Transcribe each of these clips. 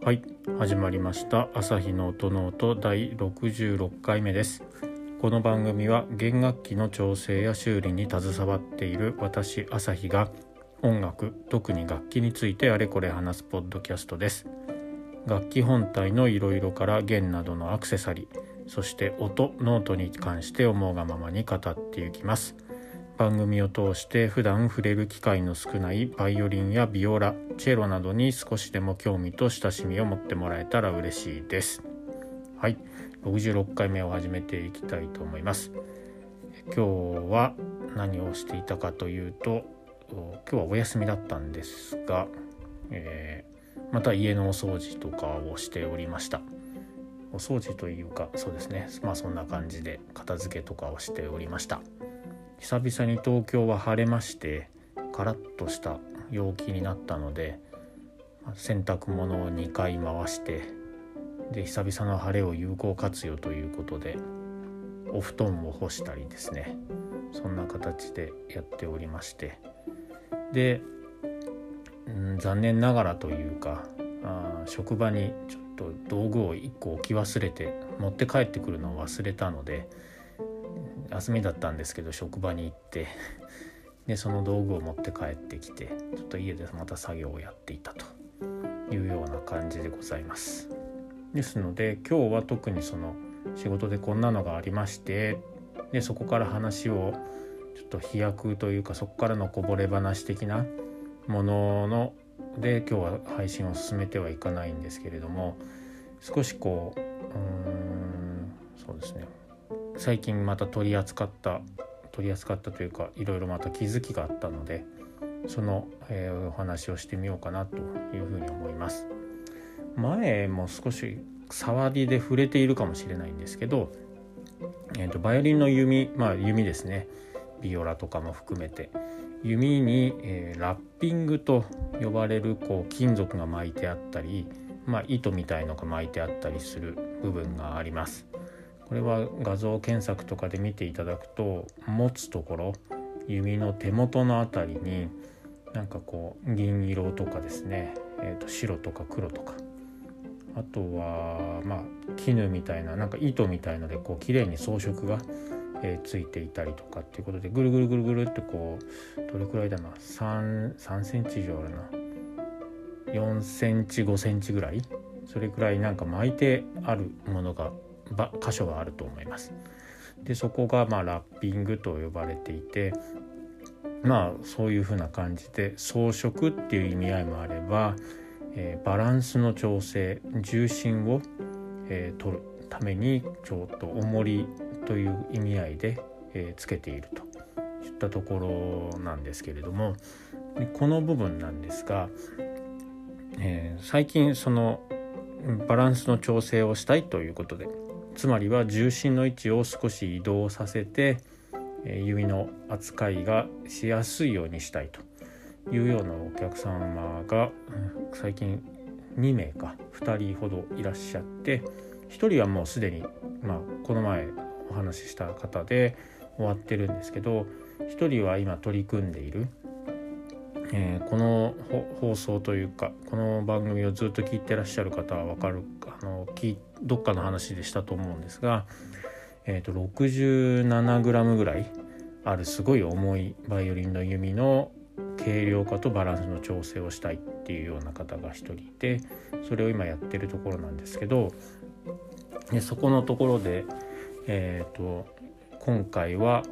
はい、始まりました朝日の音ノート第66回目です。この番組は弦楽器の調整や修理に携わっている私朝日が音楽、特に楽器についてあれこれ話すポッドキャストです。楽器本体のいろいろから弦などのアクセサリー、そして音、ノートに関して思うがままに語っていきます。番組を通して普段触れる機会の少ないバイオリンやビオラ、チェロなどに少しでも興味と親しみを持ってもらえたら嬉しいです。はい、66回目を始めていきたいと思います。今日は何をしていたかというと、今日はお休みだったんですが、また家のお掃除とかをしておりました。お掃除というか、そうですね、そんな感じで片付けとかをしておりました。久々に東京は晴れまして、カラッとした陽気になったので、洗濯物を2回回して、で久々の晴れを有効活用ということでお布団を干したりですね、そんな形でやっておりまして、で、残念ながらというか、職場にちょっと道具を1個置き忘れて持って帰ってくるのを忘れたので、休みだったんですけど職場に行ってでその道具を持って帰ってきて、ちょっと家でまた作業をやっていたというような感じでございます。ですので今日は特にその仕事でこんなのがありまして、でそこから話をちょっと飛躍というか、そこからのこぼれ話的なものので今日は配信を進めてはいかないんですけれども、少しそうですね、最近また取り扱ったというか、いろいろまた気づきがあったので、その、お話をしてみようかなというふうに思います。前も少し触りで触れているかもしれないんですけど、バイオリンの弓、弓ですね、ビオラとかも含めて弓に、ラッピングと呼ばれる金属が巻いてあったり、糸みたいのが巻いてあったりする部分があります。これは画像検索とかで見ていただくと、持つところ、弓の手元のあたりになんか銀色とかですね、白とか黒とか、あとは絹みたいな、なんか糸みたいので綺麗に装飾が、ついていたりとかっていうことで、ぐるぐるぐるぐるってどれくらいだな、3センチ以上あるな、4センチ5センチぐらい、それくらいなんか巻いてあるものが箇所があると思います。でそこがラッピングと呼ばれていて、そういう風な感じで装飾っていう意味合いもあれば、バランスの調整、重心を、取るためにちょっと重りという意味合いで、つけているといったところなんですけれども、でこの部分なんですが、最近そのバランスの調整をしたいということで、つまりは重心の位置を少し移動させて、弓の扱いがしやすいようにしたいというようなお客様が最近2名か2人ほどいらっしゃって、1人はもうすでに、この前お話しした方で終わってるんですけど、1人は今取り組んでいる、この放送というかこの番組をずっと聞いてらっしゃる方は分かる、どっかの話でしたと思うんですが、67g ぐらいあるすごい重いバイオリンの弓の軽量化とバランスの調整をしたいっていうような方が一人いて、それを今やってるところなんですけど、でそこのところで、今回は、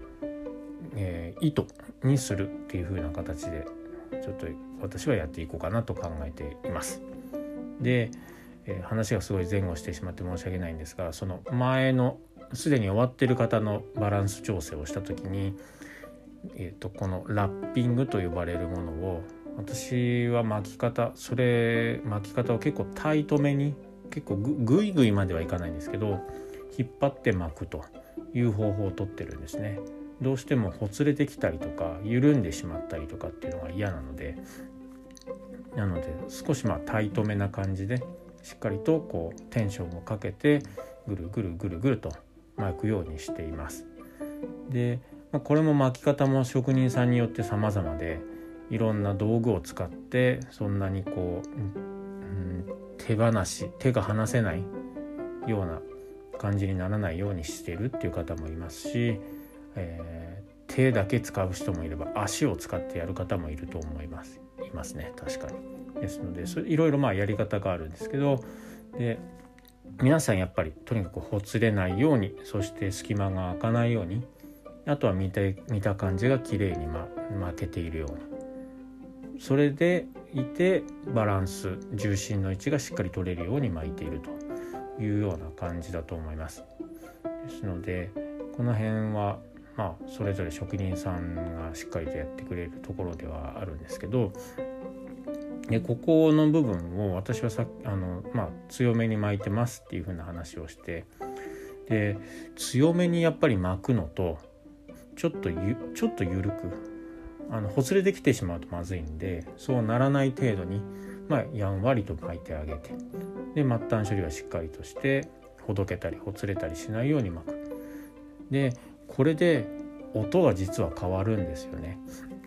糸にするっていう風な形でちょっと私はやっていこうかなと考えています。で、話がすごい前後してしまって申し訳ないんですが、その前のすでに終わってる方のバランス調整をした時に、このラッピングと呼ばれるものを、私は巻き方を結構タイトめに、結構グイグイまではいかないんですけど、引っ張って巻くという方法をとってるんですね。どうしてもほつれてきたりとか緩んでしまったりとかっていうのが嫌なので、少しタイトめな感じでしっかりとテンションをかけてぐるぐるぐるぐると巻くようにしています。で、これも巻き方も職人さんによって様々で、いろんな道具を使ってそんなに手が離せないような感じにならないようにしてるっていう方もいますし、手だけ使う人もいれば足を使ってやる方もいると思いますね。確かに。ですのでいろいろやり方があるんですけど、で皆さんやっぱりとにかくほつれないように、そして隙間が開かないように、あとは見た感じが綺麗に巻けているように、それでいてバランス、重心の位置がしっかり取れるように巻いているというような感じだと思います。ですのでこの辺はそれぞれ職人さんがしっかりとやってくれるところではあるんですけど、でここの部分を私は強めに巻いてますっていう風な話をして、で強めにやっぱり巻くのとちょっと緩くほつれてきてしまうとまずいんで、そうならない程度にやんわりと巻いてあげて、で末端処理はしっかりとしてほどけたりほつれたりしないように巻く。でこれで音が実は変わるんですよね。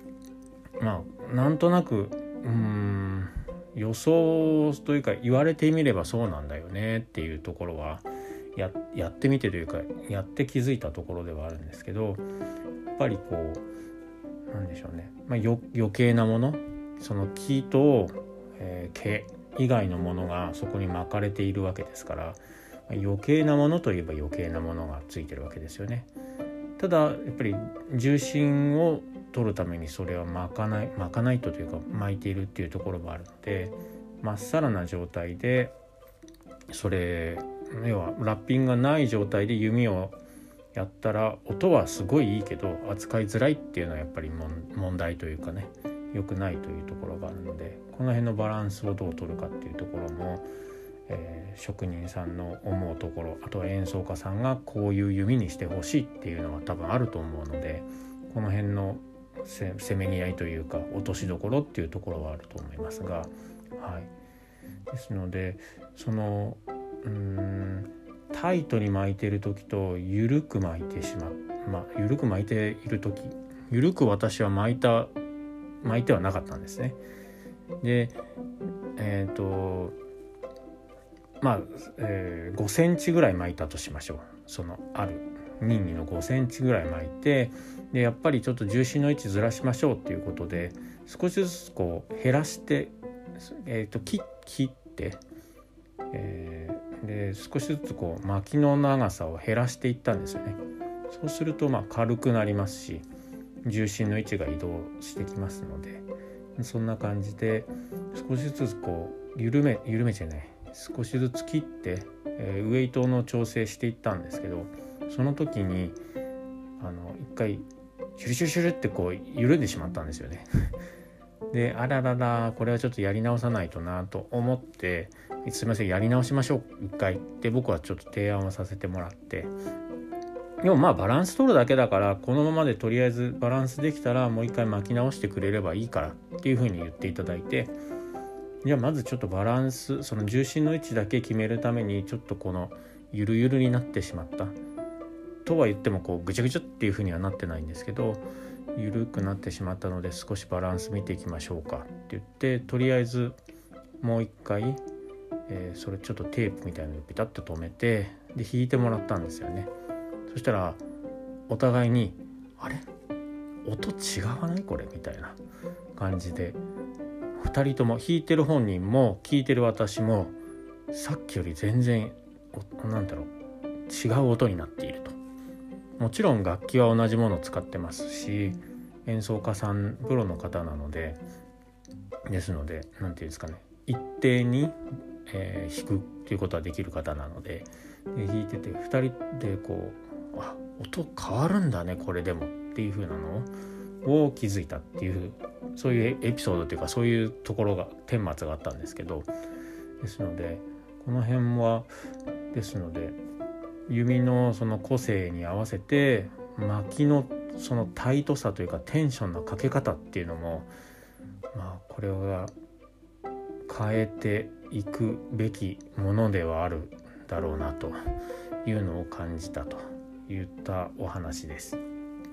なんとなく予想というか言われてみればそうなんだよねっていうところはやってみてというかやって気づいたところではあるんですけど、やっぱりなんでしょうね、余計なもの、その木と、毛以外のものがそこに巻かれているわけですから、余計なものといえば余計なものがついてるわけですよね。ただやっぱり重心を取るためにそれは巻かないというか巻いているっていうところもあるので、まっさらな状態でそれ要はラッピングがない状態で弓をやったら音はすごいいいけど扱いづらいっていうのはやっぱり問題というかね、良くないというところがあるので、この辺のバランスをどう取るかっていうところも、職人さんの思うところ、あとは演奏家さんがこういう弓にしてほしいっていうのは多分あると思うので、この辺のせめぎ合いというか落としどころっていうところはあると思いますが、ですのでタイトに巻いている時と緩く巻いている時、緩く私は巻いてはなかったんですね。で5センチぐらい巻いたとしましょう。そのある任意の5センチぐらい巻いて、でやっぱりちょっと重心の位置ずらしましょうっていうことで少しずつ減らして、切って、で少しずつ巻きの長さを減らしていったんですよね。そうすると軽くなりますし、重心の位置が移動してきますので、そんな感じで少しずつ少しずつ切って、ウエイトの調整していったんですけど、その時に一回シュルシュルシュルって緩んでしまったんですよね。であららら、これはちょっとやり直さないとなと思って、すいませんやり直しましょう一回って僕はちょっと提案をさせてもらって、でもバランス取るだけだからこのままでとりあえずバランスできたらもう一回巻き直してくれればいいからっていう風に言っていただいて、じゃあまずちょっとバランス、その重心の位置だけ決めるためにちょっとこのゆるゆるになってしまったとは言ってもぐちゃぐちゃっていう風にはなってないんですけど、ゆるくなってしまったので少しバランス見ていきましょうかって言って、とりあえずもう一回、それちょっとテープみたいなのをピタッと止めて、で弾いてもらったんですよね。そしたらお互いにあれ音違わないこれみたいな感じで、2人とも弾いてる本人も聴いてる私もさっきより全然違う音になっていると。もちろん楽器は同じものを使ってますし、演奏家さんプロの方なので、ですのでなんていうんですかね、一定に、弾くっていうことはできる方なので、弾いてて2人で音変わるんだねこれでもっていう風なのを気づいたっていう、そういうエピソードというかそういうところが顛末があったんですけど、ですのでこの辺はですので弓のその個性に合わせて巻きのそのタイトさというかテンションのかけ方っていうのもこれは変えていくべきものではあるだろうなというのを感じたといったお話です。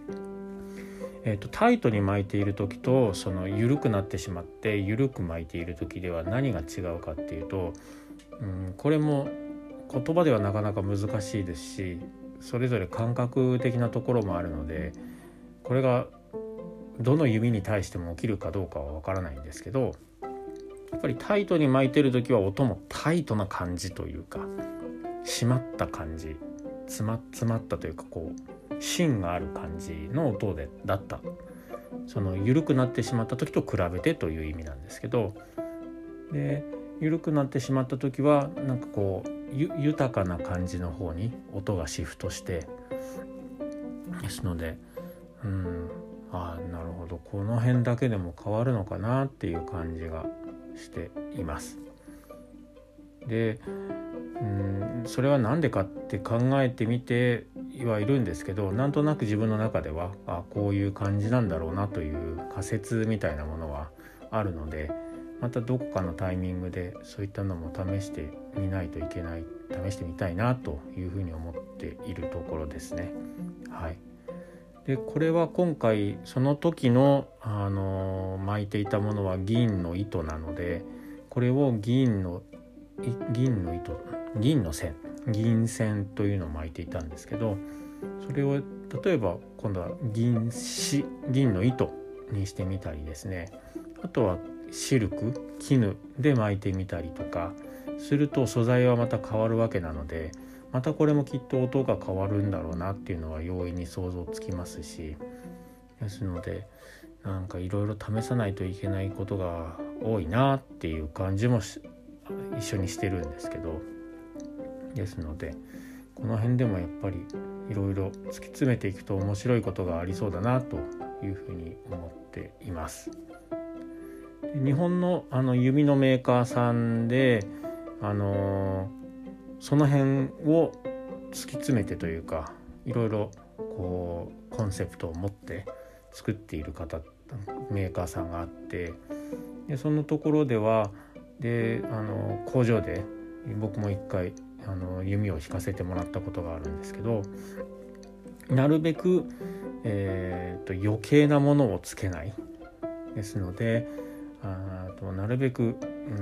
タイトに巻いている時とその緩くなってしまって緩く巻いている時では何が違うかっていうと、 これも言葉ではなかなか難しいですし、それぞれ感覚的なところもあるので、これがどの弓に対しても起きるかどうかはわからないんですけど、やっぱりタイトに巻いてる時は音もタイトな感じというか、締まった感じ、詰まったというか、こう芯がある感じの音だった。その緩くなってしまった時と比べてという意味なんですけど、で緩くなってしまった時はなんかこう豊かな感じの方に音がシフトして、ですのでなるほど、この辺だけでも変わるのかなっていう感じがしています。でそれは何でかって考えてみてはいるんですけど、なんとなく自分の中ではこういう感じなんだろうなという仮説みたいなものはあるので、またどこかのタイミングでそういったのも試してみないといけない、試してみたいなというふうに思っているところですね。はい。でこれは今回その時の、巻いていたものは銀の糸なので、これを銀の線というのを巻いていたんですけど、それを例えば今度は銀の糸にしてみたりですね、あとはシルク絹で巻いてみたりとかすると、素材はまた変わるわけなので、またこれもきっと音が変わるんだろうなっていうのは容易に想像つきますし、ですのでなんかいろいろ試さないといけないことが多いなっていう感じも一緒にしてるんですけど、ですのでこの辺でもやっぱりいろいろ突き詰めていくと面白いことがありそうだなというふうに思っています。日本の弓のメーカーさんでその辺を突き詰めてというか、いろいろこうコンセプトを持って作っているメーカーさんがあって、でそのところでは工場で僕も一回弓を弾かせてもらったことがあるんですけど、なるべく、余計なものをつけないですので、なるべく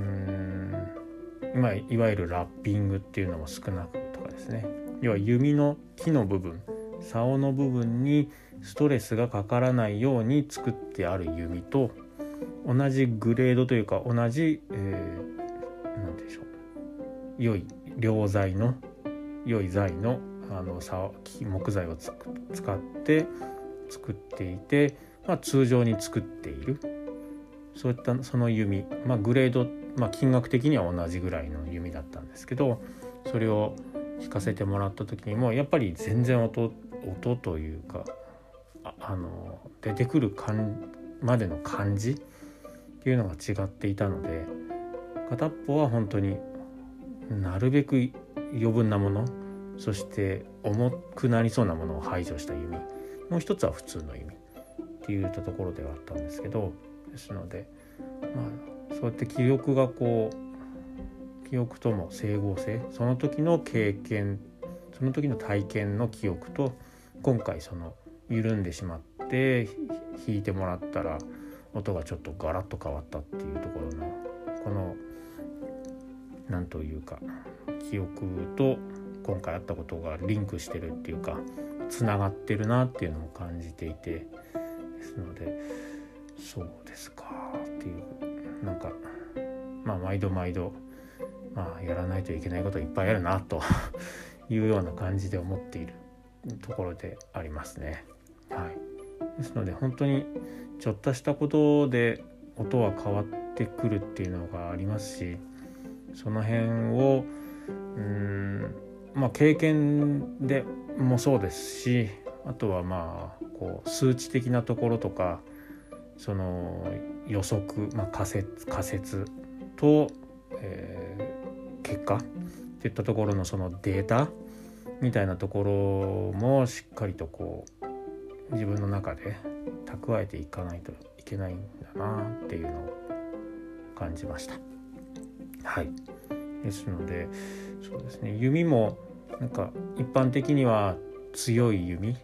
いわゆるラッピングっていうのも少なくとかですね、要は弓の木の部分、竿の部分にストレスがかからないように作ってある弓と同じグレードというか、同じ、なんでしょう、良い良材の良い材の木材を使って作っていて、通常に作っている、そういったその弓、グレード、金額的には同じぐらいの弓だったんですけど、それを弾かせてもらった時にもやっぱり全然音というか出てくるまでの感じっていうのが違っていたので、片っぽは本当になるべく余分なもの、そして重くなりそうなものを排除した弓、もう一つは普通の弓っていったところではあったんですけど、ですのでそうやって記憶とも整合性、その時の経験、その時の体験の記憶と、今回その緩んでしまって弾いてもらったら音がちょっとガラッと変わったっていうところのこのなんというか記憶と今回あったことがリンクしてるっていうか、つながってるなっていうのを感じていて、ですのでそうですかっていう、なんか毎度やらないといけないこといっぱいあるなというような感じで思っているところでありますね。はい。ですので本当にちょっとしたことで音は変わってくるっていうのがありますし、その辺を経験でもそうですし、あとはこう数値的なところとか、その予測、仮説と、結果っていったところのそのデータみたいなところもしっかりとこう自分の中で蓄えていかないといけないんだなっていうのを感じました。はい。ですのでそうですね、弓もなんか一般的には強い弓、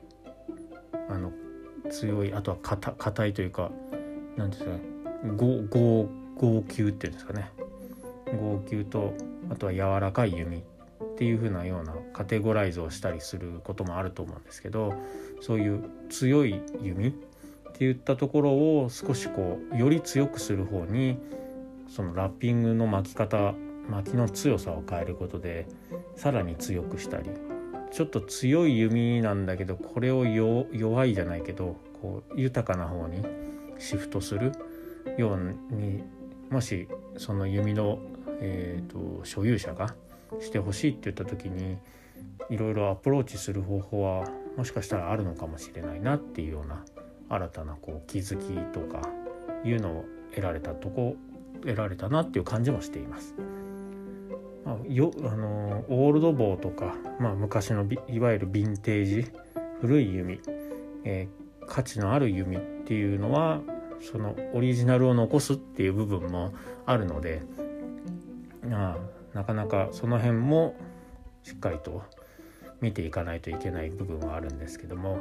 強い、あとは硬いというか、なんですかね、剛球っていうんですかね、剛球とあとは柔らかい弓っていう風なようなカテゴライズをしたりすることもあると思うんですけど、そういう強い弓っていったところを少しより強くする方にそのラッピングの巻きの強さを変えることでさらに強くしたり、ちょっと強い弓なんだけどこれを弱いじゃないけど豊かな方にシフトするように、もしその弓の、所有者がしてほしいって言った時にいろいろアプローチする方法はもしかしたらあるのかもしれないなっていうような新たな気づきとかいうのを得られたなっていう感じもしています。オールドボウとか、昔のいわゆるヴィンテージ古い弓、価値のある弓っていうのはそのオリジナルを残すっていう部分もあるので、なかなかその辺もしっかりと見ていかないといけない部分はあるんですけれども、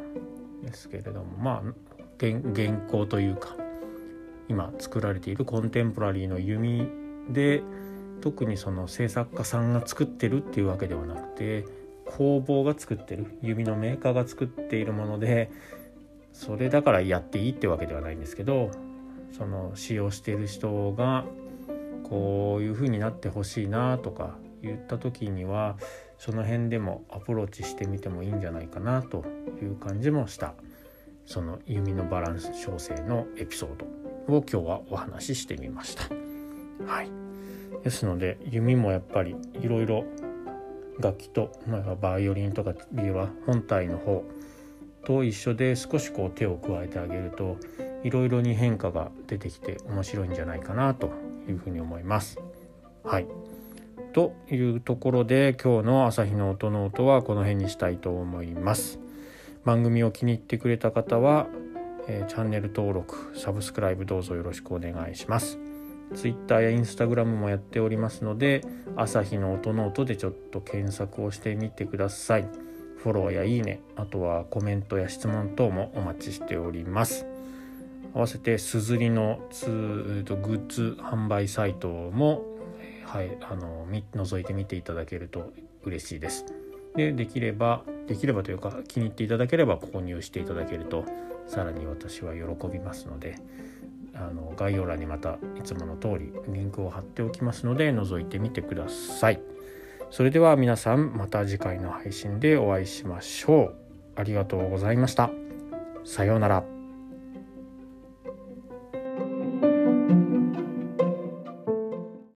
現行というか今作られているコンテンポラリーの弓で特にその制作家さんが作ってるっていうわけではなくて、工房が作ってる弓のメーカーが作っているもので、それだからやっていいってわけではないんですけど、その使用している人がこういう風になってほしいなとか言った時にはその辺でもアプローチしてみてもいいんじゃないかなという感じもした、その弓のバランス調整のエピソードを今日はお話ししてみました。はい。ですので弓もやっぱりいろいろ楽器と、バイオリンとかビオラ本体の方と一緒で少し手を加えてあげるといろいろに変化が出てきて面白いんじゃないかなというふうに思います。はい。というところで今日の朝日の音ノートはこの辺にしたいと思います。番組を気に入ってくれた方は、チャンネル登録サブスクライブどうぞよろしくお願いします。Twitter や Instagram もやっておりますので、朝日の音ノートでちょっと検索をしてみてください。フォローやいいね、あとはコメントや質問等もお待ちしております。合わせてすずりのグッズ販売サイトも、覗いてみていただけると嬉しいです。で、できればというか気に入っていただければ購入していただけるとさらに私は喜びますので、概要欄にまたいつもの通りリンクを貼っておきますので覗いてみてください。それでは皆さんまた次回の配信でお会いしましょう。ありがとうございました。さようなら。